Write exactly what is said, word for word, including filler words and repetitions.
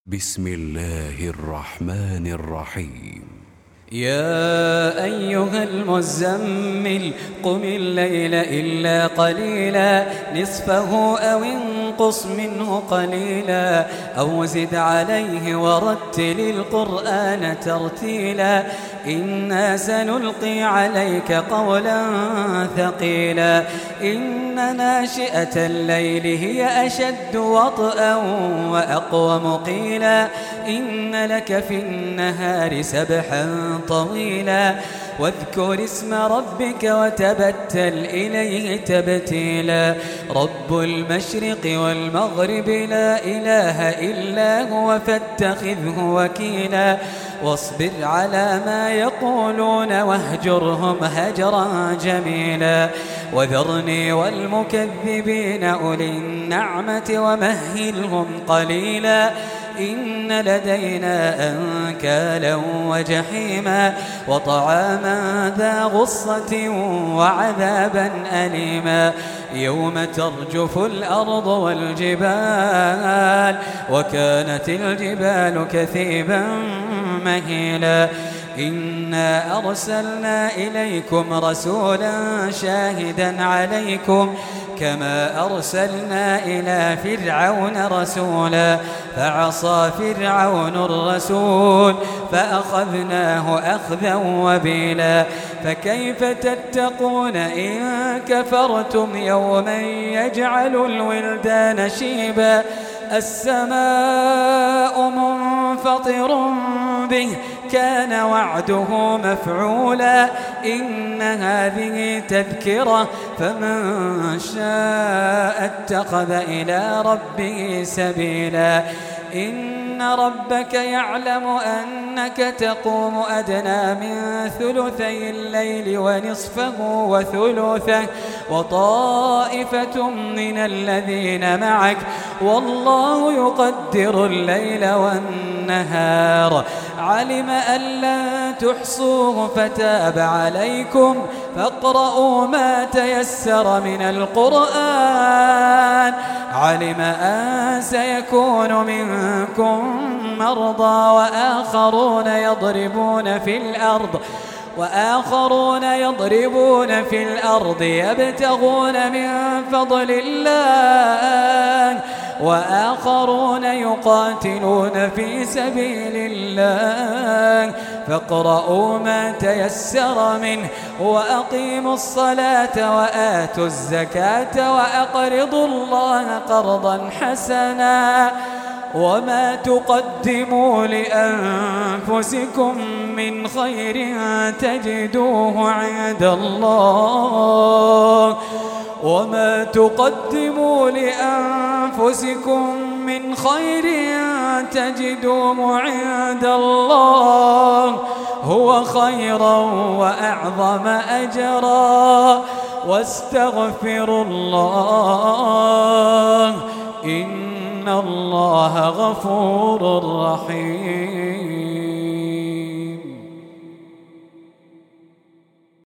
بسم الله الرحمن الرحيم. يا أيها المزمل قم الليل إلا قليلا نصفه أو انقص منه قليلا أو زد عليه ورتل القرآن ترتيلا إنا سنلقي عليك قولا ثقيلا إن ناشئة الليل هي أشد وطئا وأقوم قيلا إن لك في النهار سبحا طويلا واذكر اسم ربك وتبتل إليه تبتيلا رب المشرق والمغرب لا إله إلا هو فاتخذه وكيلا واصبر على ما يقولون واهجرهم هجرا جميلا وذرني والمكذبين أولي النعمة ومهلهم قليلا إن لدينا أنكالا وجحيما وطعاما ذا غصة وعذابا أليما يوم ترجف الأرض والجبال وكانت الجبال كثيبا مهيلا إنا أرسلنا إليكم رسولا شاهدا عليكم كما أرسلنا إلى فرعون رسولا فعصى فرعون الرسول فأخذناه أخذا وبيلا فكيف تتقون إن كفرتم يوما يجعل الولدان شيبا السماء منفطر به كان وعده مفعولا إن هذه تذكرة فمن شاء اتخذ إلى ربه سبيلا إن ربك يعلم أنك تقوم أدنى من ثلثي الليل ونصفه وثلثه وطائفة من الذين معك والله يقدر الليل والنهار علم أن لن تحصوه فتاب عليكم فاقرؤوا ما تيسر من القرآن علم أن سيكون منكم مرضى وآخرون يضربون في الأرض وآخرون يضربون في الأرض يبتغون من فضل الله وآخرون يقاتلون في سبيل الله فاقرؤوا ما تيسر منه وأقيموا الصلاة وآتوا الزكاة وأقرضوا الله قرضا حسنا وما تقدموا لأنفسكم من خير تجدوه عند الله وما تقدموا لأنفسكم من خير تجدوه عند الله هو خيرا وأعظم أجرا واستغفروا الله إن الله غفور رحيم.